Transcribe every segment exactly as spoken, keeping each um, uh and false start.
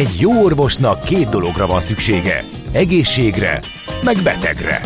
Egy jó orvosnak két dologra van szüksége. Egészségre, meg betegre.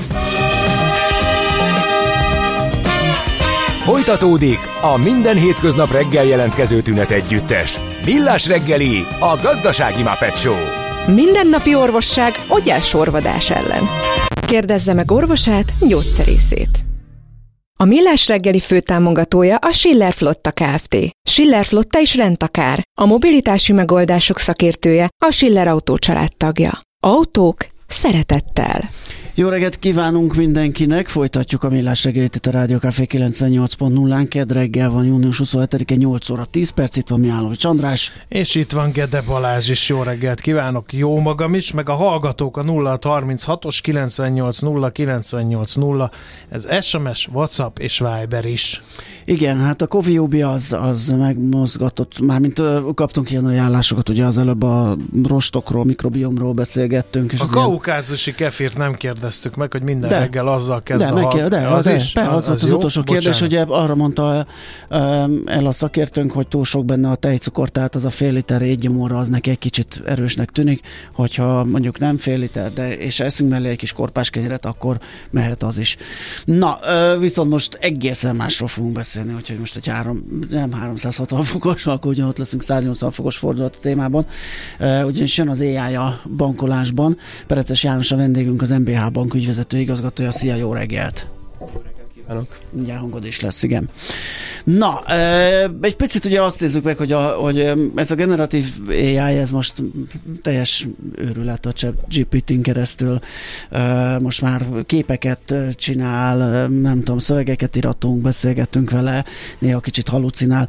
Folytatódik a minden hétköznap reggel jelentkező tünet együttes. Millás reggeli, a gazdasági Muppet Show. Mindennapi orvosság ogyásorvadás ellen. Kérdezze meg orvosát, gyógyszerészét. A Millás reggeli főtámogatója a Schiller Flotta Kft. Schiller Flotta is rendtakár. A mobilitási megoldások szakértője, a Schiller Autó család tagja. Autók szeretettel. Jó reggelt kívánunk mindenkinek, folytatjuk a Millás reggelit itt a Rádió Café kilencvennyolc pont nullán. Kedd reggel van, június huszonhetedike, nyolc óra tíz perc, itt van Mihálovics András. És itt van Gede Balázs is, jó reggelt kívánok, jó magam is, meg a hallgatók a nulla harminchatos kilencvennyolc nulla kilencvennyolc nulla, ez es em es, WhatsApp és Viber is. Igen, hát a Covióbi az, az megmozgatott, mármint ö, kaptunk ilyen ajánlásokat, ugye az előbb a rostokról, mikrobiomról beszélgettünk. És a kaukázusi ilyen... kefírt nem kérdeztük meg, hogy minden de, reggel azzal kezd de, a hal... de, az, de, is? De, az, az, az, az utolsó kérdés, ugye arra mondta el a szakértőnk, hogy túl sok benne a tejcukor, tehát az a fél liter étgyomorra az neki egy kicsit erősnek tűnik, hogyha mondjuk nem fél liter, de és eszünk mellé egy kis korpás kenyeret, akkor mehet az is. Na, viszont most egészen másról fogunk beszélni, úgyhogy most egy három, nem háromszázhatvan fokos, akkor ugyanott leszünk száznyolcvan fokos fordulat a témában. Ugyanis jön az á i a bankolásban. Pereces János a vendégünk, az em bé há Bank ügyvezető igazgatója. Szia, jó reggelt! Jó reggelt kívánok! Mindjárt hangod is lesz, igen. Na, egy picit ugye azt nézzük meg, hogy, a, hogy ez a generatív á i, ez most teljes őrület a gé pé té-n keresztül. Most már képeket csinál, nem tudom, szövegeket iratunk, beszélgetünk vele, néha kicsit halucinál.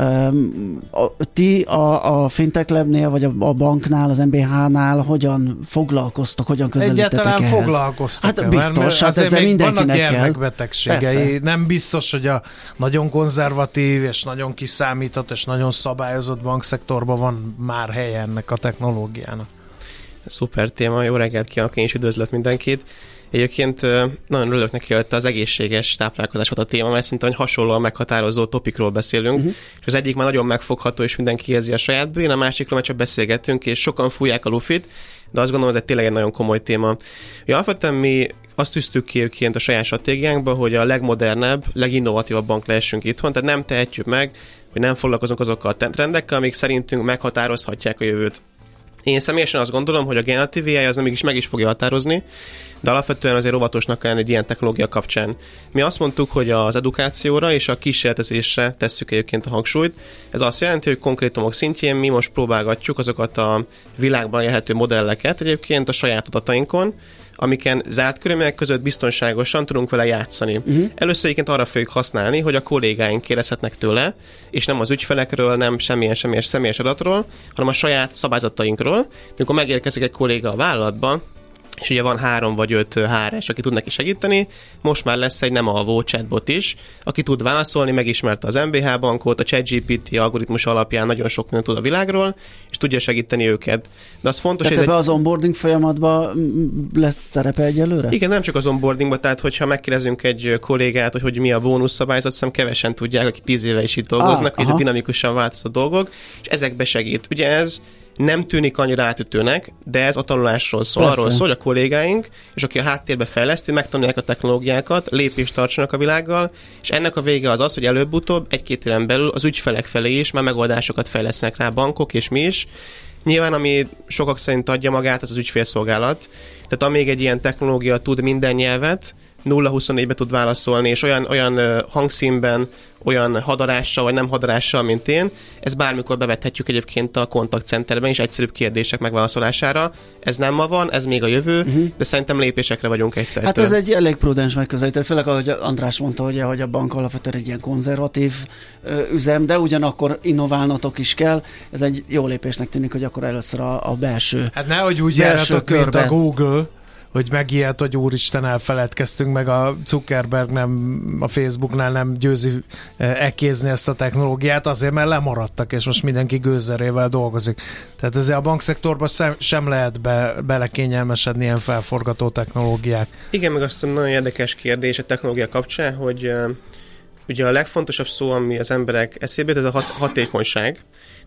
Ti a, a Fintech Labnél, vagy a, a banknál, az em bé há-nál hogyan foglalkoztok, hogyan közelítetek Egyáltalán ehhez? foglalkoztok. Hát biztos, hát ezzel mindenkinek vannak kell. Gyermekbetegségei. Persze. Nem biztos, hogy a nagyon konzervatív és nagyon kiszámított és nagyon szabályozott bankszektorban van már helye ennek a technológiának. Szuper téma, jó reggelt kívánok, én is üdvözlök mindenkit. Egyébként nagyon örülök neki, hogy az egészséges táplálkozás volt a téma, mert szerintem hasonlóan meghatározó topikról beszélünk, uh-huh. és az egyik már nagyon megfogható, és mindenki érzi a saját bőrén, a másikról már csak beszélgetünk, és sokan fújják a lufit, de azt gondolom, ez egy tényleg egy nagyon komoly téma. Ja, alapvetően mi azt tűztük ki egyébként a saját stratégiánkba, hogy a legmodernebb, leginnovatívabb bank lehessünk itthon, tehát nem tehetjük meg, hogy nem foglalkozunk azokkal a trendekkel, amik szerintünk meghatározhatják a jövőt. Én személyesen azt gondolom, hogy a generatív á i az mégis meg is fogja határozni, de alapvetően azért óvatosnak kell lenni egy ilyen technológia kapcsán. Mi azt mondtuk, hogy az edukációra és a kísérletezésre tesszük egyébként a hangsúlyt. Ez azt jelenti, hogy konkrétumok szintjén mi most próbálgatjuk azokat a világban élhető modelleket egyébként a saját adatainkon, amiken zárt körülmények között biztonságosan tudunk vele játszani. Uh-huh. Először egyébként arra fogjuk használni, hogy a kollégáink kérdezhetnek tőle, és nem az ügyfelekről, nem semmilyen semmilyen személyes adatról, hanem a saját szabályzatainkról. Amikor megérkezik egy kolléga a vállalatba, és ugye van három vagy öt há er es, aki tud neki segíteni, most már lesz egy nem alvó chatbot is, aki tud válaszolni, megismerte az em bé há bankot, a ChatGPT algoritmus alapján nagyon sok mindent tud a világról, és tudja segíteni őket. De az fontos, tehát ebbe egy... az onboarding folyamatban lesz szerepe egyelőre? Igen, nem csak az onboardingban, tehát hogyha megkérdezünk egy kollégát, hogy, hogy mi a bónusz szabályzat, szerintem kevesen tudják, akik tíz éve is itt dolgoznak, ah, hogy dinamikusan változó dolgok, és ezekbe segít. Ugye ez nem tűnik annyira átütőnek, de ez a tanulásról szól. Persze. Arról szól, hogy a kollégáink, és aki a háttérbe fejleszti, megtanulják a technológiákat, lépést tartsanak a világgal, és ennek a vége az az, hogy előbb-utóbb egy-két éven belül az ügyfelek felé is már megoldásokat fejlesztenek rá bankok, és mi is. Nyilván, ami sokak szerint adja magát, az az ügyfélszolgálat. Tehát amíg egy ilyen technológia tud minden nyelvet, nulla huszonnégybe tud válaszolni, és olyan, olyan hangszínben, olyan hadarással, vagy nem hadarással, mint én, ez bármikor bevethetjük egyébként a kontaktcenterben is egyszerűbb kérdések megválaszolására. Ez nem ma van, ez még a jövő, uh-huh. de szerintem lépésekre vagyunk egy tettől. Hát ez egy elég prudens megközelítés, főleg ahogy András mondta, hogy, hogy a bank alapvetően egy ilyen konzervatív ö, üzem, de ugyanakkor innoválnatok is kell. Ez egy jó lépésnek tűnik, hogy akkor először a, a belső Hát nehogy úgy járhatok, mint a Google, hogy megijedt, hogy úristen, elfeledkeztünk, meg a Zuckerberg nem, a Facebooknál nem győzi ekézni ezt a technológiát, azért mert lemaradtak, és most mindenki gőzzerével dolgozik. Tehát ezzel a bankszektorban sem, sem lehet be, belekényelmesedni ilyen felforgató technológiák. Igen, meg azt nagyon érdekes kérdés a technológia kapcsán, hogy uh, ugye a legfontosabb szó, ami az emberek eszébe, ez a hat- hatékonyság.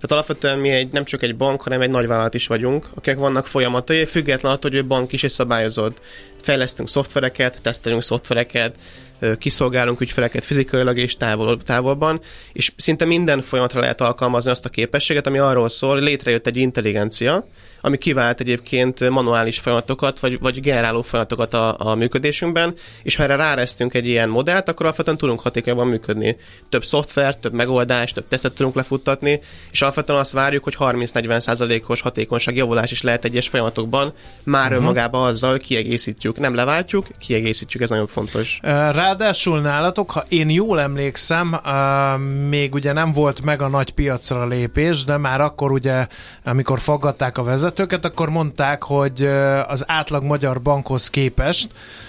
Tehát alapvetően mi egy, nem csak egy bank, hanem egy nagyvállalat is vagyunk, akik vannak folyamatai, független attól, hogy ő bank is és szabályozott. Fejlesztünk szoftvereket, tesztelünk szoftvereket, kiszolgálunk ügyfeleket fizikailag és távol, távolban, és szinte minden folyamatra lehet alkalmazni azt a képességet, ami arról szól, hogy létrejött egy intelligencia, ami kivált egyébként manuális folyamatokat, vagy, vagy generáló folyamatokat a, a működésünkben, és ha erre ráresztünk egy ilyen modellt, akkor alapvetően tudunk hatékonyabban működni. Több szoftver, több megoldás, több tesztet tudunk lefuttatni, és alapvetően azt várjuk, hogy harminc-negyven százalékos hatékonyság javulás is lehet egyes folyamatokban, már uh-huh. önmagában azzal kiegészítjük. Nem leváltjuk, kiegészítjük, ez nagyon fontos. Ráadásul nálatok, ha én jól emlékszem, még ugye nem volt meg a nagy piacra lépés, de már akkor ugye, amikor faggatták a vezetőt, őket, akkor mondták, hogy az átlag magyar bankhoz képest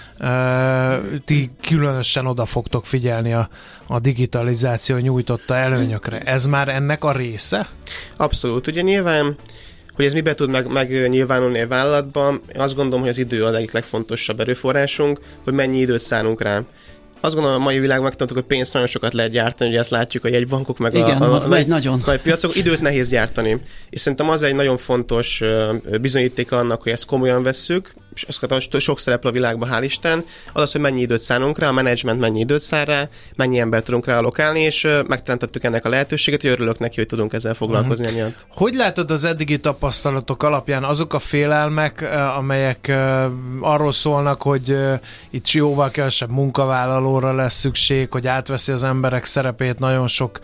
ti különösen oda fogtok figyelni a, a digitalizáció nyújtotta előnyökre. Ez már ennek a része? Abszolút. Ugye nyilván, hogy ez miben tud meg, megnyilvánulni a vállalatban, azt gondolom, hogy az idő az egyik legfontosabb erőforrásunk, hogy mennyi időt szánunk rá. Azt gondolom, a mai világban megtanultuk, hogy pénzt nagyon sokat lehet gyártani, ugye ezt látjuk, hogy egy bankok meg igen, a, a, a nagy, nagyon. nagy piacok, időt nehéz gyártani. És szerintem az egy nagyon fontos bizonyíték annak, hogy ezt komolyan vesszük, és azt sok szereplő a világban, hál' Isten, az az, hogy mennyi időt szánunk rá, a menedzsment mennyi időt szán rá, mennyi embert tudunk rá allokálni, és megteremtettük ennek a lehetőséget, hogy örülök neki, hogy tudunk ezzel foglalkozni uh-huh. emiatt. Hogy látod az eddigi tapasztalatok alapján azok a félelmek, amelyek arról szólnak, hogy itt jóval kevesebb munkavállalóra lesz szükség, hogy átveszi az emberek szerepét nagyon sok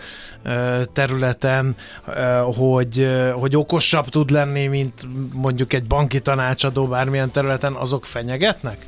területen, hogy, hogy okosabb tud lenni, mint mondjuk egy banki tanácsadó bármilyen területen, azok fenyegetnek?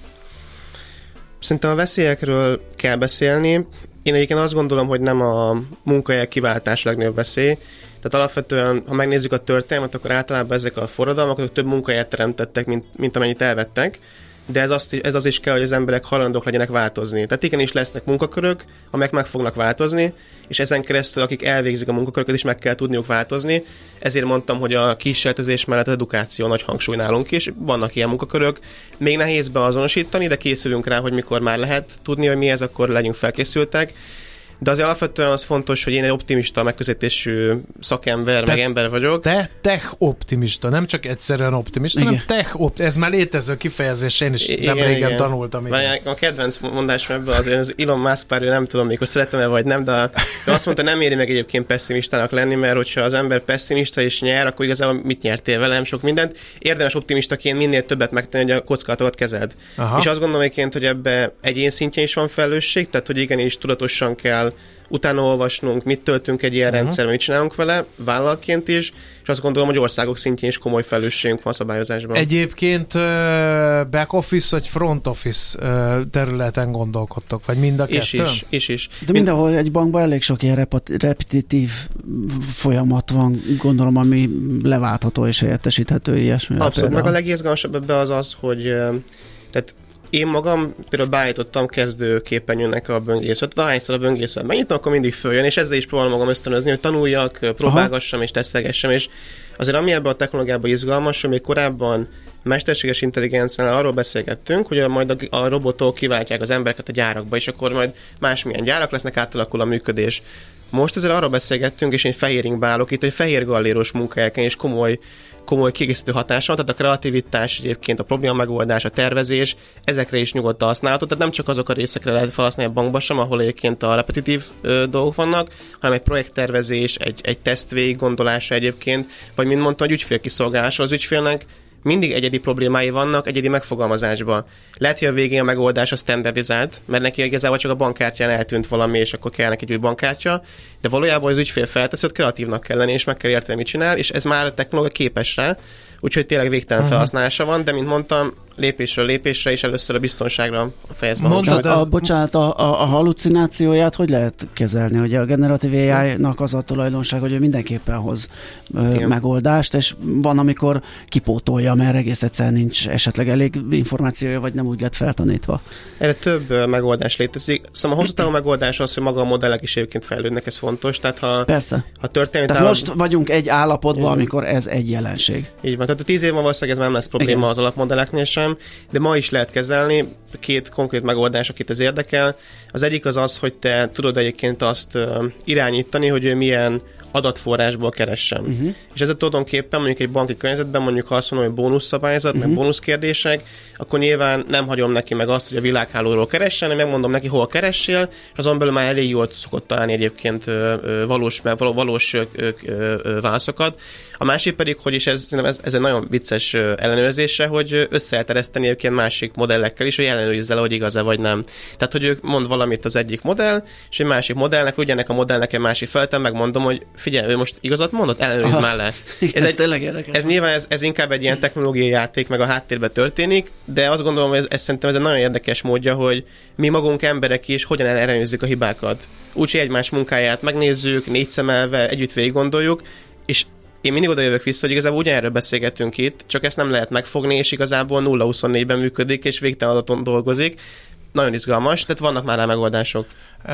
Szerintem a veszélyekről kell beszélni. Én egyébként azt gondolom, hogy nem a munkahelyek kiváltás legnagyobb veszély. Tehát alapvetően, ha megnézzük a történelmet, akkor általában ezek a forradalmak azok több munkahelyet teremtettek, mint, mint amennyit elvettek. De ez, azt, ez az is kell, hogy az emberek hajlandók legyenek változni. Tehát igenis lesznek munkakörök, amelyek meg fognak változni, és ezen keresztül, akik elvégzik a munkaköröket is meg kell tudniuk változni. Ezért mondtam, hogy a kísérletezés mellett az edukáció nagy hangsúly nálunk is. Vannak ilyen munkakörök. Még nehéz beazonosítani, de készülünk rá, hogy mikor már lehet tudni, hogy mi ez, akkor legyünk felkészültek. De azért alapvetően az fontos, hogy én egy optimista megközelítésű szakember, te, meg ember vagyok. Te tech optimista, nem csak egyszerűen optimista, igen. hanem tech optimista. Ez már létező kifejezés, én is igen, nem régen igen. tanultam. Igen. A kedvenc mondásom ebből azért az Elon Musk pár, nem tudom még, hogy szeretem-e vagy nem, de, de azt mondta, nem éri meg egyébként pessimistának lenni, mert hogyha az ember pessimista és nyer, akkor igazából mit nyertél vele, nem sok mindent. Érdemes optimistaként minél többet megtenni, hogy a kockázatokat kezeld. Aha. És azt gondolom egyébként, hogy ebbe egyén szintjén is van felelősség, tehát hogy igenis tudatosan kell utána olvasnunk, mit töltünk egy ilyen uh-huh. rendszerben, mit csinálunk vele, vállalatként is, és azt gondolom, hogy országok szintjén is komoly felelősségünk van a szabályozásban. Egyébként back office vagy front office területen gondolkodtok, vagy mind a kettőn? Is, is, is, is. De mindenhol egy bankban elég sok ilyen repetitív folyamat van, gondolom, ami leváltható és helyettesíthető ilyesmi. Abszolút, például. Meg a legizgalmasabb ebben az az, hogy tehát én magam például beállítottam kezdőképernyőnek a böngészőt, ahányszor a böngészőt megnyitom, akkor mindig följön, és ezzel is próbálom magam ösztönözni, hogy tanuljak, próbálgassam Aha. és tesztelgessem, és azért ami ebben a technológiában izgalmas, hogy még korábban mesterséges intelligenciánál arról beszélgettünk, hogy majd a, a robotok kiváltják az embereket a gyárakba, és akkor majd másmilyen gyárak lesznek, átalakul a működés. Most ezzel arról beszélgettünk, és én fehéringbe állok itt, hogy fehér galléros munkahelyeken és komoly komoly kiegészítő hatása, tehát a kreativitás, egyébként a probléma megoldás, a tervezés, ezekre is nyugodtan használható, tehát nem csak azok a részekre lehet felhasználni a bankban sem, ahol egyébként a repetitív ö, dolgok vannak, hanem egy projekttervezés, egy, egy teszt végig gondolása egyébként, vagy mint mondtam, egy ügyfélkiszolgálása az ügyfélnek, mindig egyedi problémái vannak, egyedi megfogalmazásban. Lehet, hogy a végén a megoldás a standardizált, mert neki igazából csak a bankkártyán eltűnt valami, és akkor kell neki egy új bankkártya, de valójában az ügyfél feltesz, hogy kreatívnak kell lenni, és meg kell érteni, mit csinál, és ez már a technológia képes rá, úgyhogy tényleg végtelen felhasználása van, de mint mondtam, lépésről lépésre, és először a biztonságra fejezve hangsúlyt. A, bocsánat, a, a, a halucinációját hogy lehet kezelni? Ugye a generatív á í-nak az a tulajdonság, hogy ő mindenképpen hoz ö, megoldást, és van, amikor kipótolja, mert egész egyszerűen nincs esetleg elég információja, vagy nem úgy lett feltanítva. Erre több ö, megoldás létezik. Szóval a hosszú távú megoldás az, hogy maga a modellek is egyébként fejlődnek, ez fontos. Tehát ha, Persze. ha történelmi Tehát távol... most vagyunk egy állapotban, amikor ez egy jelenség. Így van. Tehát a tíz év van valószínűleg ez nem lesz probléma Igen. az alapmodelleknél sem, de ma is lehet kezelni. Két konkrét megoldás, akit ez érdekel. Az egyik az az, hogy te tudod egyébként azt uh, irányítani, hogy ő milyen adatforrásból keressem. Uh-huh. És ezzel tulajdonképpen mondjuk egy banki környezetben, mondjuk ha azt mondom, hogy bónuszszabályzat, uh-huh. meg bónuszkérdések, akkor nyilván nem hagyom neki meg azt, hogy a világhálóról keressen, hanem megmondom neki, hol keressél, és azon belül már elég jól szokott találni egyébként valós, valós válaszokat. A másik pedig, hogy is ez, ez, ez egy nagyon vicces ellenőrzése, hogy össze lehet ereszteni egyébként másik modellekkel is, hogy ellenőrizzel, hogy igaz-e vagy nem. Tehát, hogy ők mond valamit az egyik modell, és egy másik modellnek, ugyanek a modellnek egy másik felten megmondom, hogy figyelj, ő most igazat mondott, ellenőrizz már le. Ez, ez tényleg érdekes. Ez nyilván ez, ez inkább egy ilyen technológiai játék, meg a háttérben történik, de azt gondolom, hogy ez, ez szerintem ez egy nagyon érdekes módja, hogy mi magunk emberek is hogyan ellenőrizzük a hibákat. Úgyhogy egymás munkáját megnézzük, négy szemelve, együtt végig gondoljuk, és én mindig oda jövök vissza, hogy igazából ugyanerről beszélgetünk itt, csak ezt nem lehet megfogni, és igazából nulla huszonnégyben működik, és végtelen adaton dolgozik. Nagyon izgalmas, tehát vannak már rá megoldások.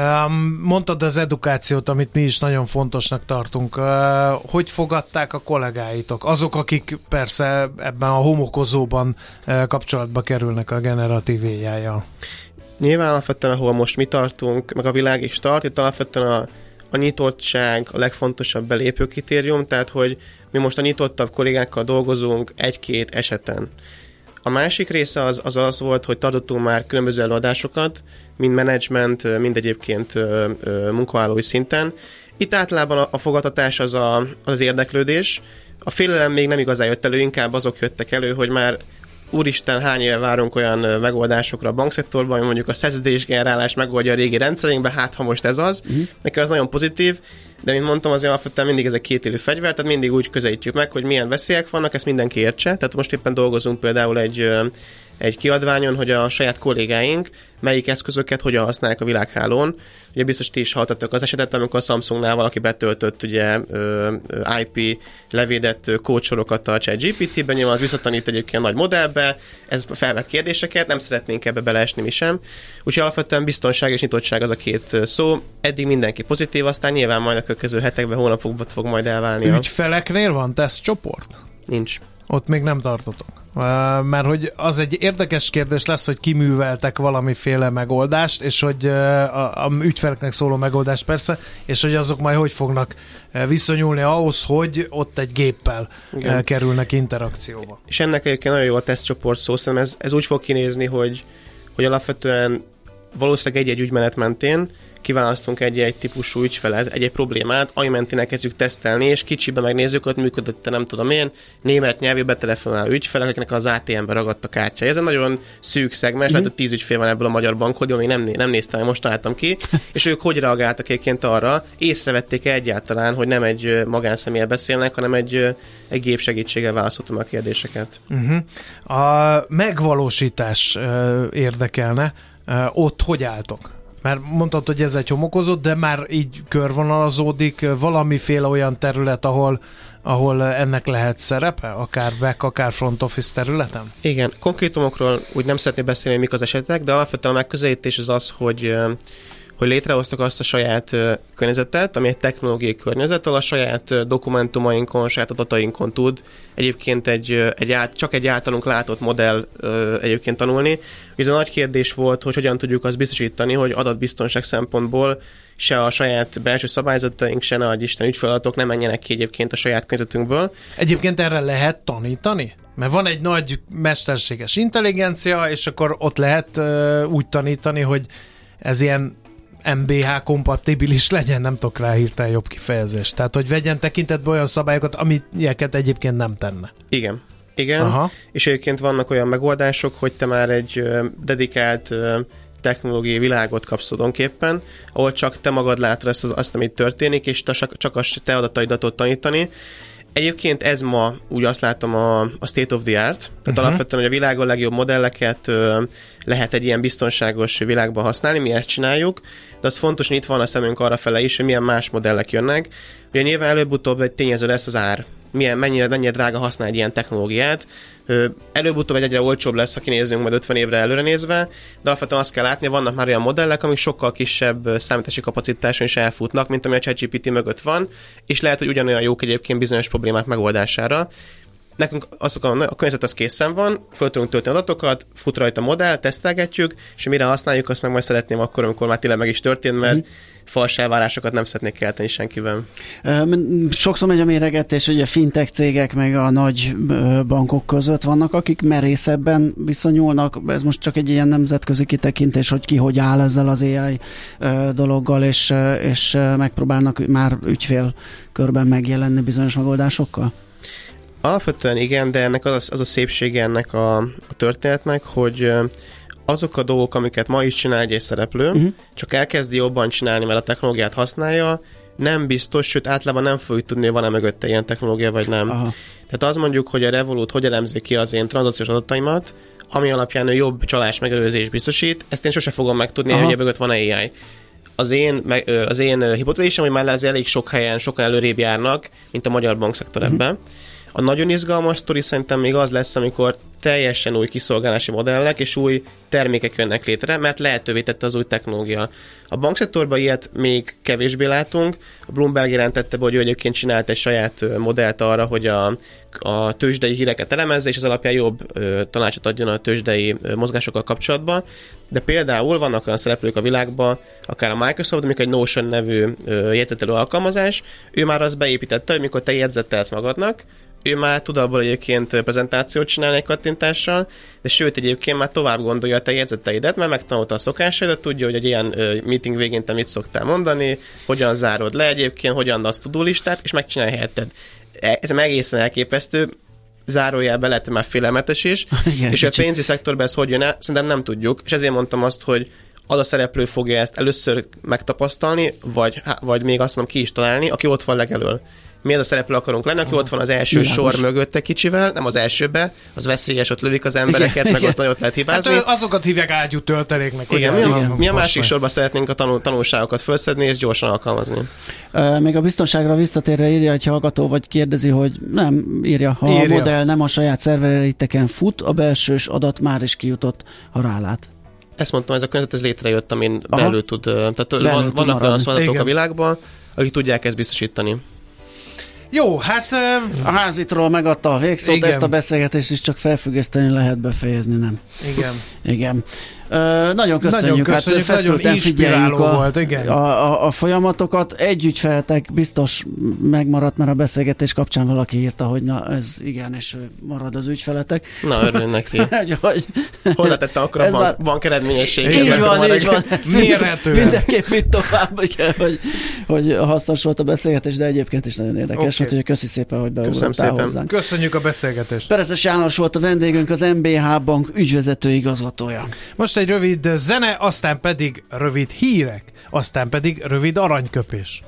Mondtad az edukációt, amit mi is nagyon fontosnak tartunk. Hogy fogadták a kollégáitok? Azok, akik persze ebben a homokozóban kapcsolatba kerülnek a generatív á i-jal. Nyilván alapvetően, ahol most mi tartunk, meg a világ is tart, itt alapvetően a A nyitottság a legfontosabb belépő kritérium, tehát hogy mi most a nyitottabb kollégákkal dolgozunk egy-két eseten. A másik része az az, az volt, hogy tartottunk már különböző előadásokat, mind menedzsment, mind egyébként munkavállalói szinten. Itt általában a, a fogadtatás az, a, az érdeklődés. A félelem még nem igazán jött elő, inkább azok jöttek elő, hogy már úristen, hány éve várunk olyan megoldásokra a bankszektorban, hogy mondjuk a szerződésgenerálás megoldja a régi rendszerünkbe, hát ha most ez az. Uh-huh. Nekem az nagyon pozitív, de mint mondtam, azért alapvetően mindig ez egy kétélű fegyver, tehát mindig úgy közelítjük meg, hogy milyen veszélyek vannak, ezt mindenki értse. Tehát most éppen dolgozunk például egy, egy kiadványon, hogy a saját kollégáink melyik eszközöket hogyan használják a világhálón. Ugye biztos ti is hallottatok az esetet, amikor a Samsungnál valaki betöltött ugye i pé levédett kódsorokat a ChatGPT-ben, nyilván az visszatanít egyébként nagy modellbe, ez felvet kérdéseket, nem szeretnénk ebbe beleesni mi sem. Úgyhogy alapvetően biztonság és nyitottság az a két szó. Eddig mindenki pozitív, aztán nyilván majd a következő hetekben, hónapokban fog majd elválni. Ügyfeleknél van tesztcsoport? Nincs. Ott még nem tartotok. Uh, mert hogy az egy érdekes kérdés lesz, hogy kiműveltek valamiféle megoldást, és hogy uh, a, a ügyfeleknek szóló megoldást persze, és hogy azok majd hogy fognak uh, viszonyulni ahhoz, hogy ott egy géppel uh, kerülnek interakcióba. És ennek egyébként nagyon jó a tesztcsoport szó, szerintem ez, ez úgy fog kinézni, hogy, hogy alapvetően valószínűleg egy-egy ügymenet mentén kiválasztunk egy-egy típusú ügyfelet, egy-egy problémát, ami mentén elkezdjük tesztelni, és kicsibe megnézzük, hogy működött, nem tudom én, német nyelvű betelefonáló ügyfelek, akiknek az á té em-be ragadt a kártya. Ez egy nagyon szűk szegmens, mm-hmm. lehet, hogy tíz ügyfél van ebből a magyar bankod, még nem, nem néztem, most találtam ki, és ők hogy reagáltak egyébként arra, észrevették egyáltalán, hogy nem egy magánszemélyel beszélnek, hanem egy, egy gép segítséggel válaszoltam a kérdéseket. Uh-huh. A megvalósítás uh, érdekelne, uh, ott hogy álltok? Mert mondtad, hogy ez egy homokozott, de már így körvonalazódik valamiféle olyan terület, ahol, ahol ennek lehet szerepe? Akár back, akár front office területen? Igen, konkrétumokról úgy nem szeretnék beszélni, mik az esetek, de alapvetően a megközelítés az az, hogy hogy létrehoztak azt a saját uh, környezetet, ami egy technológiai környezet, ahol a saját uh, dokumentumainkon, saját adatainkon tud egyébként egy, uh, egy át, csak egy általunk látott modell uh, egyébként tanulni. Ez a nagy kérdés volt, hogy hogyan tudjuk azt biztosítani, hogy adatbiztonság szempontból se a saját belső szabályzataink, se ne adj Isten ügyfeladatok nem menjenek ki egyébként a saját környezetünkből. Egyébként erre lehet tanítani? Mert van egy nagy mesterséges intelligencia, és akkor ott lehet uh, úgy tanítani, hogy ez ilyen em bé há kompatibilis legyen, nem tudok rá hirtelen jobb kifejezést. Tehát, hogy vegyen tekintetbe olyan szabályokat, amiket egyébként nem tenne. Igen. Igen, aha. És egyébként vannak olyan megoldások, hogy te már egy uh, dedikált uh, technológiai világot kapsz tulajdonképpen, ahol csak te magad látod ezt az, azt, amit történik, és te, csak a te adataidat tudod tanítani. Egyébként ez ma úgy azt látom a, a state of the art, tehát uh-huh. alapvetően, hogy a világon legjobb modelleket ö, lehet egy ilyen biztonságos világban használni, mi ezt csináljuk, de az fontos, hogy itt van a szemünk arrafele is, hogy milyen más modellek jönnek. Ugye nyilván előbb-utóbb egy tényező lesz az ár. Milyen, mennyire, mennyire drága használni egy ilyen technológiát. Előbb-utóbb egy egyre olcsóbb lesz, ha kinézzünk majd ötven évre előre nézve, de alapvetően azt kell látni, hogy vannak már olyan modellek, amik sokkal kisebb számítási kapacitáson is elfutnak, mint ami a ChatGPT mögött van, és lehet, hogy ugyanolyan jók egyébként bizonyos problémák megoldására. nekünk azok a, a környezet az készen van, föl tudunk tölteni adatokat, fut rajta modell, tesztelgetjük, és mire használjuk, azt meg majd szeretném akkor, amikor már tényleg meg is történt, mert mm. fals elvárásokat nem szeretnék kelteni senkivel. Sokszor megy a méregetés, hogy a fintech cégek meg a nagy bankok között vannak, akik merészebben viszonyulnak. Ez most csak egy ilyen nemzetközi kitekintés, hogy ki hogy áll ezzel az á i dologgal, és, és megpróbálnak már ügyfél körben megjelenni bizonyos megoldásokkal? Alapvetően igen, de ennek az, az a szépsége ennek a, a történetnek, hogy azok a dolgok, amiket ma is csinál egy szereplő, uh-huh. csak elkezdi jobban csinálni, mert a technológiát használja, nem biztos, sőt általában nem fogjuk tudni, hogy van-e mögötte ilyen technológia, vagy nem. Aha. Tehát az mondjuk, hogy a Revolut hogy elemzi ki az én tranzakciós adataimat, ami alapján ő jobb csalás megelőzés biztosít, ezt én sose fogom megtudni, Aha. hogy mögött van á i. Az én, az én hipotézisem, hogy már ez elég sok helyen, sokan előrébb járnak, mint a magyar bankszektor uh-huh. ebben. A nagyon izgalmas sztori szerintem még az lesz, amikor teljesen új kiszolgálási modellek és új termékek jönnek létre, mert lehetővé tette az új technológia. A bankszektorban ilyet még kevésbé látunk. A Bloomberg jelentette be, hogy ő egyébként csinált egy saját modellt arra, hogy a, a tőzsdei híreket elemezze, és az alapján jobb ö, tanácsot adjon a tőzsdei ö, mozgásokkal kapcsolatban. De például vannak olyan szereplők a világban, akár a Microsoft, amikor egy Notion nevű ö, jegyzetelő alkalmazás, ő már azt beépítette, hogy mikor te jegyzettelsz magadnak, ő már tud abból egyébként prezentációt csinálni egy kattintással, de sőt egyébként már tovább gondolja a te jegyzeteidet, mert megtanulta a szokásaidat, tudja, hogy egy ilyen uh, meeting végén te mit szoktál mondani, hogyan zárod le egyébként, hogyan adsz tudólistát, és megcsinálja helyetted. Ez egészen elképesztő, zárójelben lehet már félelmetes is, igen, és kicsit. A pénzügyi szektorban ez hogy jön el, szerintem nem tudjuk, és ezért mondtam azt, hogy az a szereplő fogja ezt először megtapasztalni, vagy, vagy még azt mondom ki is találni, aki ott van legelől. Mi az a szereplő akarunk lenni, aki ott van az első Világos. Sor mögötte kicsivel, nem az elsőbe, az veszélyes, ott lövik az embereket, igen, meg igen. ott nagyot lehet hibázni. Hát azokat hívják ágyú tölteléknek. Igen, mi a, igen. mi a másik sorban szeretnénk a tanul, tanulságokat felszedni és gyorsan alkalmazni. Uh, még a biztonságra visszatérve írja egy hallgató, vagy kérdezi, hogy nem írja, ha írja. A modell nem a saját szervereiteken fut, a belsős adat már is kijutott, ha rálát. Ezt mondtam, ez a környezet ez létrejött, amin Aha. belül tud, tehát belül van, tud vannak olyan szolgáltatók a világban, akik tudják ezt biztosítani. Jó, hát... A házitról megadta a végszót, igen. Ezt a beszélgetést is csak felfüggeszteni lehet, befejezni, nem? Igen. Igen. Uh, nagyon köszönjük, nagyon köszönjük, hát nagyon inspiráló a, volt, igen. A, a, a folyamatokat. Egy ügyfeletek biztos megmaradt, mert a beszélgetés kapcsán valaki írta, hogy na ez igen, és marad az ügyfeletek. Na, örülünk neki. hogy, Hol letette akkor a bank, bank eredményességet? Így van, így van. Mérhetően. Mindenképp itt tovább, hogy, hogy hasznos volt a beszélgetés, de egyébként is nagyon érdekes. Okay. Úgyhogy köszi szépen, hogy beugrottál hozzánk. Köszönjük a beszélgetést. Perezes János volt a vendégünk, az em bé há Bank ügyvezető igazgatója. Most egy rövid zene, aztán pedig rövid hírek, aztán pedig rövid aranyköpés.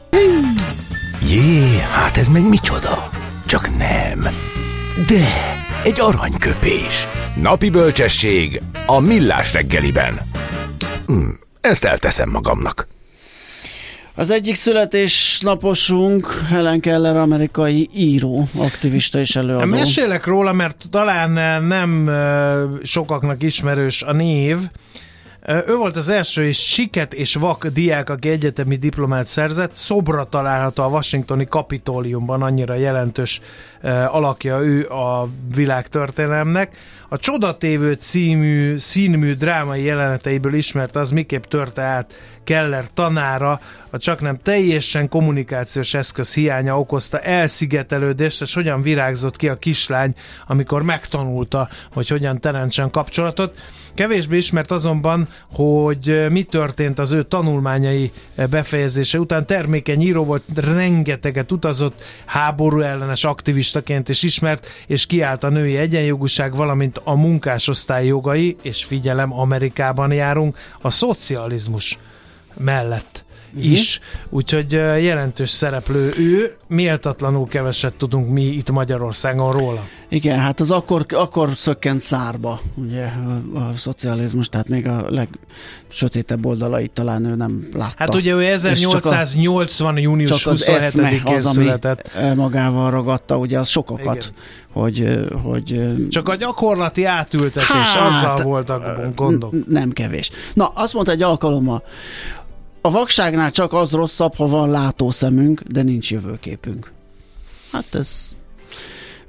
Jé, hát ez meg micsoda? Csak nem. De egy aranyköpés. Napi bölcsesség a Millás reggeliben. Hm, ezt elteszem magamnak. Az egyik születésnaposunk Helen Keller, amerikai író, aktivista és előadó. Mesélek róla, mert talán nem sokaknak ismerős a név. Ő volt az első és siket és vak diák, aki egyetemi diplomát szerzett. Szobra található a washingtoni Kapitóliumban, annyira jelentős alakja ő a világtörténelemnek. A Csodatévő című színmű drámai jeleneteiből ismert az, miképp törte át Keller tanára, a csaknem teljesen kommunikációs eszköz hiánya okozta elszigetelődést, és hogyan virágzott ki a kislány, amikor megtanulta, hogy hogyan teremtsen kapcsolatot. Kevésbé ismert azonban, hogy mi történt az ő tanulmányai befejezése után. Termékeny író volt, rengeteget utazott, háború ellenes aktivistaként is ismert, és kiállt a női egyenjogúság, valamint a munkásosztály jogai, és figyelem, Amerikában járunk, a szocializmus mellett is, uh-huh. úgyhogy jelentős szereplő ő, méltatlanul keveset tudunk mi itt Magyarországon róla. Igen, hát az akkor, akkor szökkent szárba, ugye a, a szocializmus, tehát még a legsötétebb oldalait talán ő nem látta. Hát ugye ő ezernyolcszáznyolcvan. június huszonhetedikén született. Magával ragadta, ugye az sokakat, hogy, hogy... Csak a gyakorlati átültetés, hát, azzal voltak gondok. Nem kevés. Na, azt mondta egy alkalommal, a vakságnál csak az rosszabb, ha van látószemünk, de nincs jövőképünk. Hát ez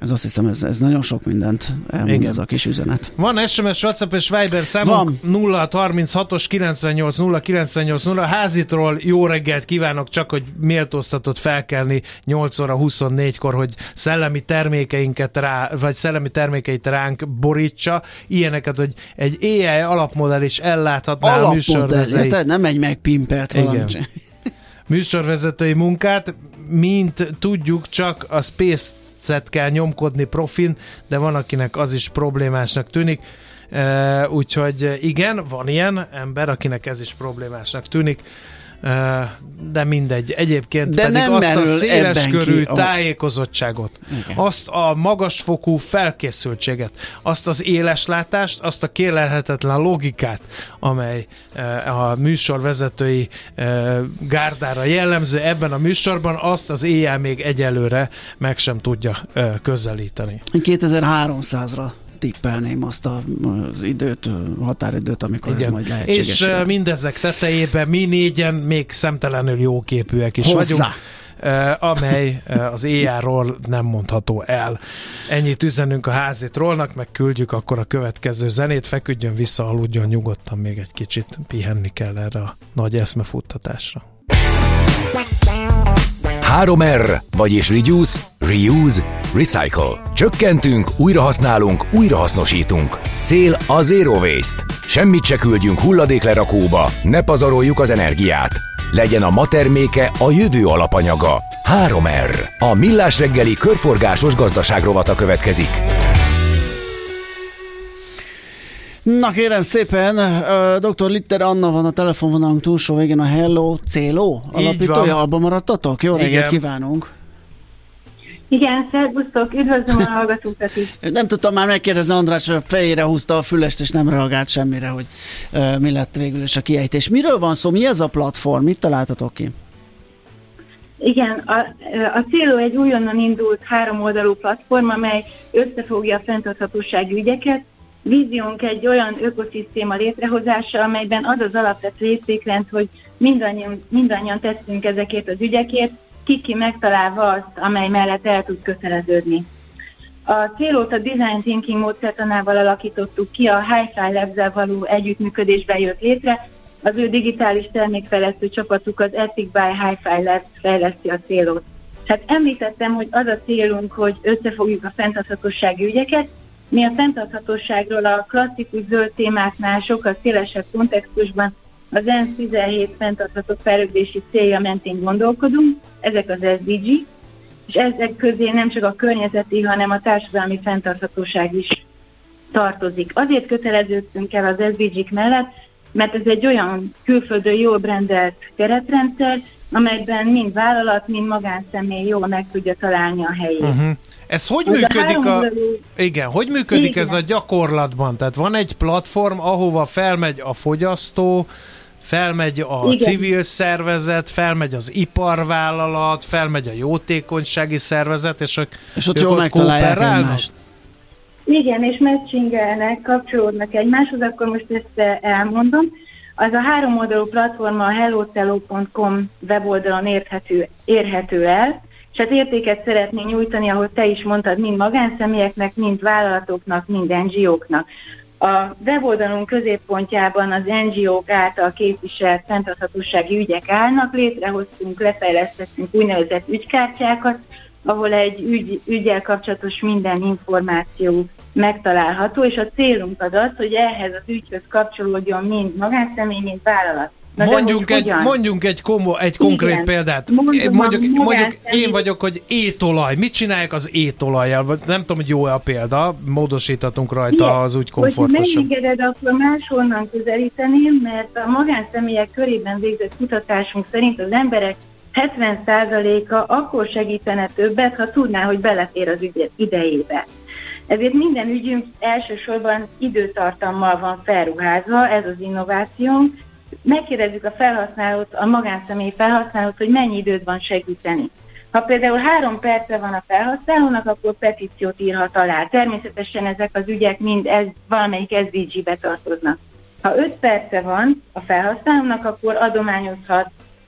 Ez azt hiszem, ez, ez nagyon sok mindent elmond. Igen. Ez a kis üzenet. Van es em es, WhatsApp és Viber számunk nulla harminchatos kilencvennyolc nulla kilencvennyolc nulla. Házitról jó reggelt kívánok, csak hogy méltóztatott felkelni nyolc óra huszonnégykor, hogy szellemi termékeinket rá, vagy szellemi termékeit ránk borítsa. Ilyeneket, hogy egy á i alapmodell is elláthatná a műsorvezetői. Nem egy megpimpelt valami. Műsorvezetői munkát, mint tudjuk, csak a Space-et kell nyomkodni profin, de van, akinek az is problémásnak tűnik. Uh, úgyhogy igen, van ilyen ember, akinek ez is problémásnak tűnik. Uh, de mindegy. Egyébként de pedig azt a széleskörű tájékozottságot, igen. azt a magasfokú felkészültséget, azt az éleslátást, azt a kérlelhetetlen logikát, amely uh, a műsorvezetői uh, gárdára jellemző ebben a műsorban, azt az éjjel még egyelőre meg sem tudja uh, közelíteni. kétezer-háromszázra tippelném azt a, az időt, határidőt, amikor igen. ez majd lehetséges. És uh, mindezek tetejében mi négyen még szemtelenül jóképűek is Hozzá. vagyunk, uh, amely uh, az éjjáról nem mondható el. Ennyit üzenünk a Házitrollnak, meg küldjük akkor a következő zenét, feküdjön vissza, aludjon nyugodtan, még egy kicsit pihenni kell erre a nagy eszmefuttatásra. három er, vagyis Reduce, Reuse, Recycle. Csökkentünk, újrahasználunk, újrahasznosítunk. Cél a Zero Waste. Semmit se küldjünk hulladéklerakóba, ne pazaroljuk az energiát. Legyen a ma terméke a jövő alapanyaga. három er. A Millás reggeli körforgásos gazdaságrovata következik. Na kérem szépen, uh, doktor Litter Anna van a telefonvonalunk túlsó végén, a Hello Célo alapítója. Abba maradtatok? Jó reggelt kívánunk! Igen, szervusztok, üdvözlöm a hallgatókat is. Nem tudtam már megkérdezni, András a fejére húzta a fülest, és nem reagált semmire, hogy uh, mi lett végül is a kiejtés. Miről van szó? Mi ez a platform? Mit találtatok ki? Igen, a, a Célo egy újonnan indult háromoldalú platform, amely összefogja a fenntarthatósági ügyeket. Víziónk egy olyan ökoszisztéma létrehozása, amelyben az az alapvető értékrend, hogy mindannyian, mindannyian teszünk ezekért az ügyekért, ki-ki megtalálva azt, amely mellett el tud köteleződni. A Célót a Design Thinking módszertanával alakítottuk ki, a Hi-Fi Labs-zel való együttműködésben jött létre, az ő digitális termékfejlesztő csapatuk, az Ethic by Hi-Fi Labs fejleszti a Célót. Hát említettem, hogy az a célunk, hogy összefogjuk a fenntarthatósági ügyeket. Mi a fenntarthatóságról a klasszikus zöld témáknál sokkal szélesebb kontextusban az ENSZ tizenhét fenntartható fejlődési célja mentén gondolkodunk, ezek az es dé gé, és ezek közé nem csak a környezeti, hanem a társadalmi fenntarthatóság is tartozik. Azért köteleződtünk el az es dé gék mellett, mert ez egy olyan külföldön jól brandelt keretrendszer, amelyben mind vállalat, mind magánszemély jól meg tudja találni a helyét. Uh-huh. Ez hogy az működik a, a... Igen, hogy működik igen. ez a gyakorlatban? Tehát van egy platform, ahova felmegy a fogyasztó, felmegy a igen. civil szervezet, felmegy az iparvállalat, felmegy a jótékonysági szervezet, és, és ott jól megtalálják egymást. Igen, és matchingelnek, kapcsolódnak egymáshoz, akkor most ezt elmondom. Az a háromoldalú platforma a hello celo pont com weboldalon érthető, érhető el, és hát értéket szeretnénk nyújtani, ahogy te is mondtad, mind magánszemélyeknek, mind vállalatoknak, mind en gé óknak. A weboldalunk középpontjában az en gé ók által képviselt fenntarthatósági ügyek állnak, létrehoztunk, lefejlesztettünk úgynevezett ügykártyákat, ahol egy ügy, üggyel kapcsolatos minden információ megtalálható, és a célunk az az, hogy ehhez az ügyhöz kapcsolódjon mind magánszemély, mind vállalat. Na mondjunk, egy, mondjunk egy, komo, egy konkrét igen. példát. Mondjuk, mondjuk, mondjuk én vagyok, hogy étolaj. Mit csinálják az étolajjal? Nem tudom, hogy jó-e a példa, módosíthatunk rajta, igen. az úgy komfortosabb. Hogy megengeded, akkor máshonnan közelíteném, mert a magánszemélyek körében végzett kutatásunk szerint az emberek hetven százaléka akkor segítene többet, ha tudná, hogy belefér az ügy idejébe. Ezért minden ügyünk elsősorban időtartammal van felruházva, ez az innovációnk. Megkérdezzük a felhasználót, a magánszemély felhasználót, hogy mennyi időt van segíteni. Ha például három perce van a felhasználónak, akkor petíciót írhat alá. Természetesen ezek az ügyek mind ez, valamelyik es dé gé-be tartoznak. Ha öt perce van a felhasználónak, akkor adományozhat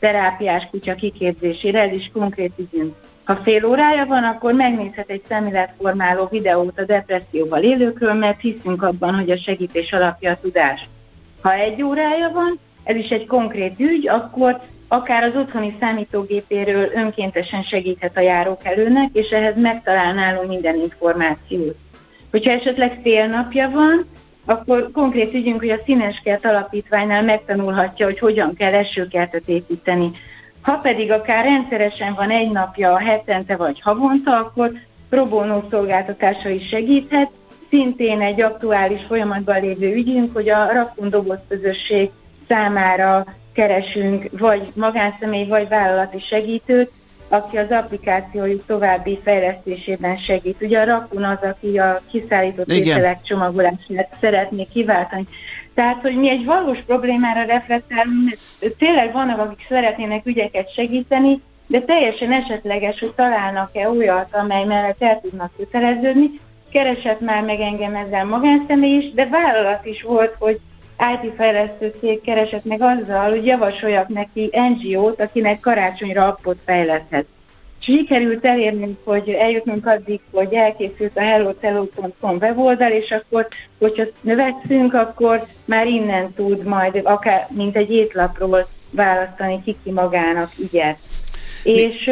terápiás kutya kiképzésére, ez is konkrét ügyünk. Ha fél órája van, akkor megnézhet egy szemléletformáló videót a depresszióval élőkről, mert hiszünk abban, hogy a segítés alapja a tudás. Ha egy órája van, ez is egy konkrét ügy, akkor akár az otthoni számítógépéről önkéntesen segíthet a járókelőnek, és ehhez megtalál nálunk minden információt. Hogyha esetleg fél napja van, akkor konkrét ügyünk, hogy a Színeskert Alapítványnál megtanulhatja, hogy hogyan kell esőkertet építeni. Ha pedig akár rendszeresen van egy napja, hetente vagy havonta, akkor pro bono szolgáltatása is segíthet. Szintén egy aktuális folyamatban lévő ügyünk, hogy a Rakun Doboz közösség számára keresünk vagy magánszemély, vagy vállalati segítőt, aki az applikációjuk további fejlesztésében segít. Ugye a Rakun az, aki a kiszállított ételek csomagolását szeretné kiváltani. Tehát, hogy mi egy valós problémára reflektálunk, tényleg vannak, akik szeretnének ügyeket segíteni, de teljesen esetleges, hogy találnak-e olyat, amely mellett el tudnak köteleződni. Keresett már meg engem ezzel magánszemély is, de vállalat is volt, hogy i té fejlesztő cég keresett meg azzal, hogy javasoljak neki en gé ó-t, akinek karácsonyra appot fejleszthet. Sikerült elérnünk, hogy eljutnunk addig, hogy elkészült a hello tello pont com weboldal, és akkor, hogyha növekszünk, akkor már innen tud majd akár mint egy étlapról választani ki-ki magának ügyet. És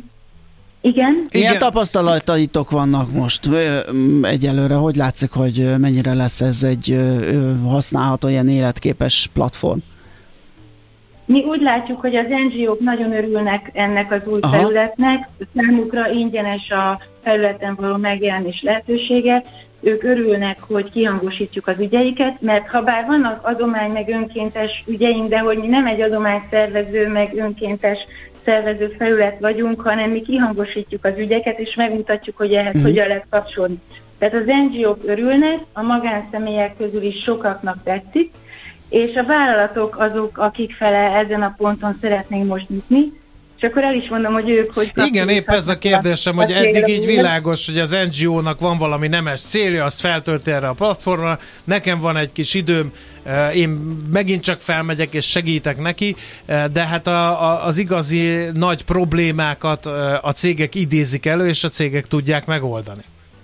igen? Milyen tapasztalataitok vannak most egyelőre? Hogy látszik, hogy mennyire lesz ez egy használható, ilyen életképes platform? Mi úgy látjuk, hogy az en gé ó-k nagyon örülnek ennek az új Aha. felületnek, számukra ingyenes a felületen való megjelenés lehetősége, ők örülnek, hogy kihangosítjuk az ügyeiket, mert ha bár vannak adomány meg önkéntes ügyeink, de hogy mi nem egy adományszervező meg önkéntes szervező felület vagyunk, hanem mi kihangosítjuk az ügyeket, és megmutatjuk, hogy ehhez mm. hogyan lehet kapcsolni. Tehát az en gé ó-k örülnek, a magánszemélyek közül is sokaknak tetszik, és a vállalatok azok, akik fele ezen a ponton szeretnénk most nyitni, és akkor el is mondom, hogy ők hogy... Igen, épp ez a kérdésem, hogy eddig így világos, hogy az en gé ó-nak van valami nemes célja, azt feltölti erre a platformra, nekem van egy kis időm, én megint csak felmegyek és segítek neki, de hát a, a, az igazi nagy problémákat a cégek idézik elő, és a cégek tudják megoldani.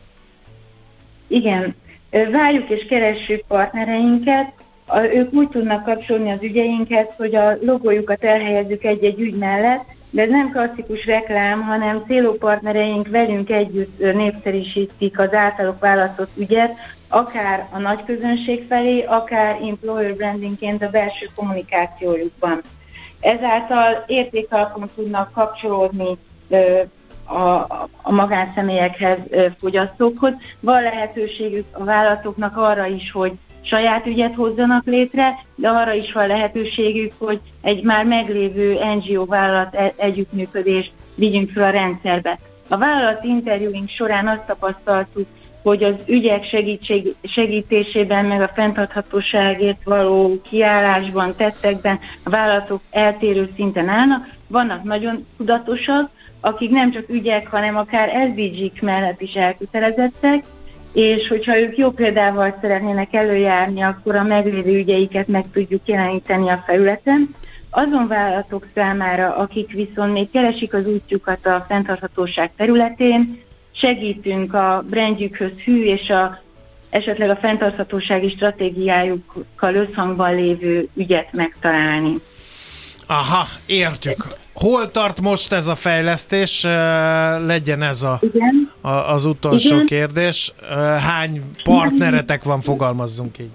Igen, várjuk és keressük partnereinket, ők úgy tudnak kapcsolni az ügyeinket, hogy a logójukat elhelyezzük egy-egy ügy mellett, de ez nem klasszikus reklám, hanem célópartnereink velünk együtt népszerűsítik az általuk választott ügyet, akár a nagy közönség felé, akár employer brandingként a belső kommunikációjukban. Ezáltal értékalapon tudnak kapcsolódni a, a magánszemélyekhez, fogyasztókhoz. Van lehetőségük a vállalatoknak arra is, hogy saját ügyet hozzanak létre, de arra is van lehetőségük, hogy egy már meglévő en gé ó vállalat együttműködést vigyünk fel a rendszerbe. A vállalati interjúink során azt tapasztaltuk, hogy az ügyek segítség, segítésében, meg a fenntarthatóságért való kiállásban, tettekben a vállalatok eltérő szinten állnak. Vannak nagyon tudatosak, akik nem csak ügyek, hanem akár es dé gé-k mellett is elkötelezettek, és hogyha ők jó példával szeretnének előjárni, akkor a meglévő ügyeiket meg tudjuk jeleníteni a felületen. Azon vállalatok számára, akik viszont még keresik az útjukat a fenntarthatóság területén, segítünk a brandjükhöz hű és a, esetleg a fenntarthatósági stratégiájukkal összhangban lévő ügyet megtalálni. Aha, értjük. Hol tart most ez a fejlesztés? Legyen ez a, a, az utolsó Igen. kérdés. Hány partneretek van, fogalmazzunk így?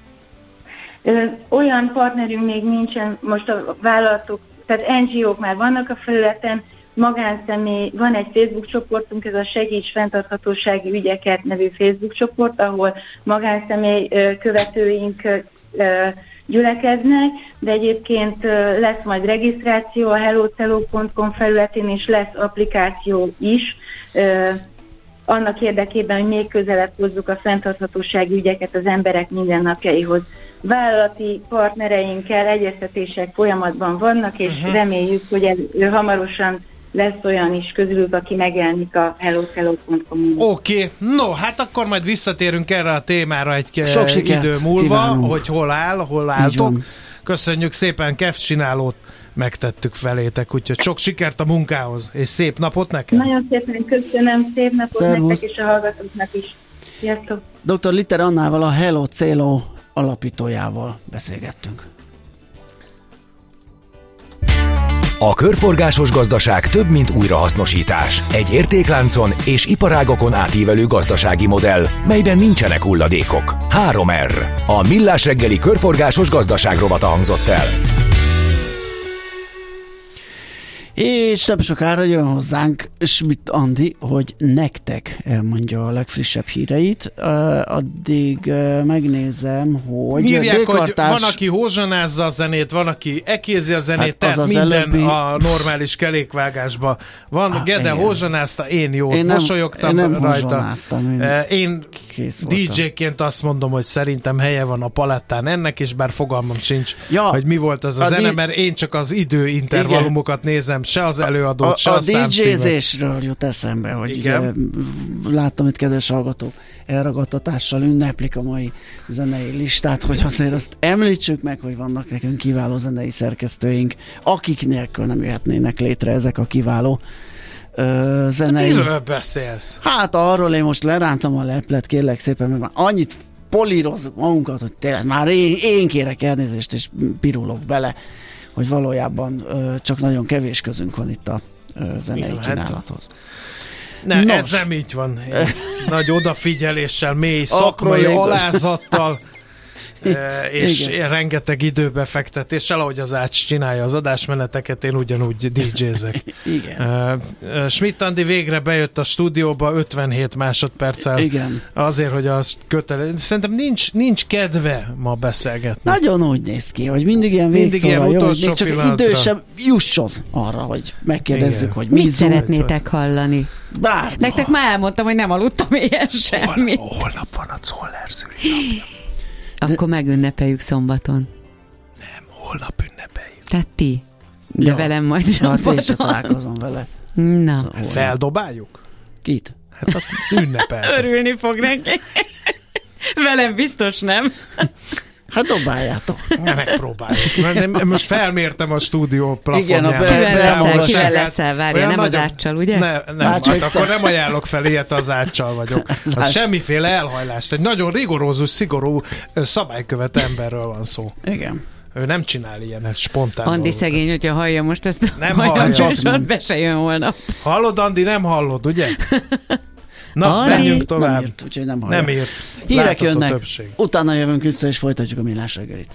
Olyan partnerünk még nincsen, most a vállalatok, tehát en gé ó-k már vannak a felületen, magánszemély, van egy Facebook csoportunk, ez a Segíts fenntarthatósági ügyeket nevű Facebook csoport, ahol magánszemély követőink gyülekeznek, de egyébként lesz majd regisztráció a hello tello pont com felületén, és lesz applikáció is, annak érdekében, hogy még közelebb hozzuk a fenntarthatósági ügyeket az emberek mindennapjaihoz. Vállalati partnereinkkel egyeztetések folyamatban vannak, és uh-huh. reméljük, hogy ez hamarosan lesz olyan is közülük, aki megjelenik a hello tello pont com-on. Oké, okay. No, hát akkor majd visszatérünk erre a témára egy Sok idő múlva, kívánunk. Hogy hol áll, hol álltok. Köszönjük szépen, Kevcsinálót, megtettük felétek, úgyhogy sok sikert a munkához, és szép napot neked! Nagyon szépen köszönöm, szép napot Szervusz. Nektek és a hallgatóknak is. Sziasztok! doktor Litter Annával, a Hello Celo alapítójával beszélgettünk. A körforgásos gazdaság több, mint újrahasznosítás. Egy értékláncon és iparágokon átívelő gazdasági modell, melyben nincsenek hulladékok. három er. A Millás reggeli körforgásos gazdaság rovata hangzott el. És nem sokára jön hozzánk Schmidt Andi, hogy nektek elmondja a legfrissebb híreit. Uh, addig uh, megnézem, hogy írják, D-kartás... hogy van, aki hózsanázza a zenét, van, aki ekézi a zenét, hát tehát minden előbbi... a normális kerékvágásban van. Ah, Gede igen. hózsanázta, én jót én nem, mosolyogtam én nem rajta. Én, én dé dzséként azt mondom, hogy szerintem helye van a palettán ennek, és bár fogalmam sincs, ja, hogy mi volt az a, a zene, d... mert én csak az időintervallumokat nézem, se az előadót, a, se a, a, a számcímet. A dé jézésről jut eszembe, hogy ugye, láttam itt kedves hallgatók elragadtatással ünneplik a mai zenei listát, hogy azért azt említsük meg, hogy vannak nekünk kiváló zenei szerkesztőink, akik nélkül nem jöhetnének létre ezek a kiváló ö, zenei... Miről beszélsz? Hát arról én most lerántam a leplet, kérlek szépen, mert már annyit polírozzuk magunkat, hogy tényleg már én, én kérek elnézést, és pirulok bele, hogy valójában ö, csak nagyon kevés közünk van itt a ö, zenei igen, kínálathoz. Ne, Nos. ez nem így van. Nagy odafigyeléssel, mély szakmai alázattal, e, és igen. rengeteg időbefektetéssel, ahogy az Ács csinálja az adásmeneteket, én ugyanúgy dé jézek. Igen. E, Schmidt Andi végre bejött a stúdióba ötvenhét másodperccel. Igen. Azért, hogy az kötelező. Szerintem nincs, nincs kedve ma beszélgetni. Nagyon úgy néz ki, hogy mindig ilyen végszóra jó, hogy még csak idő sem jusson arra, hogy megkérdezzük, igen. hogy mi mit szeretnétek hallani. Bármi. Nektek már elmondtam, hogy nem aludtam ilyen semmit. Hol, holnap van a Czoller szülinapja. Akkor de... megünnepeljük szombaton. Nem, holnap ünnepeljük. Tehát ti. De ja. velem majd szombaton. Hát én se találkozom vele. Na. Szóval feldobáljuk? Kit? Hát az ünnepeltek. Örülni fog neki. Velem biztos nem. Hát dobáljátok. Ne megpróbáljuk. Most felmértem a stúdió plafonját. Igen, a be, kivel leszel, várja, nem nagyon... az Áccsal, ugye? Ne, nem, hát akkor nem ajánlok fel ilyet, az Áccsal vagyok. Az semmiféle elhajlást. Egy nagyon rigorózus, szigorú szabálykövet emberről van szó. Igen. Ő nem csinál ilyenet, spontán Andi dolgokat. Szegény, hogyha hallja most ezt a nem hallja, be se jön holnap. Hallod, Andi, nem hallod, ugye? Na, Andi. menjünk tovább. Nem írt, úgyhogy nem hallja. Nem írt. Hírek jönnek, utána jövünk vissza, és folytatjuk a Millás reggelit.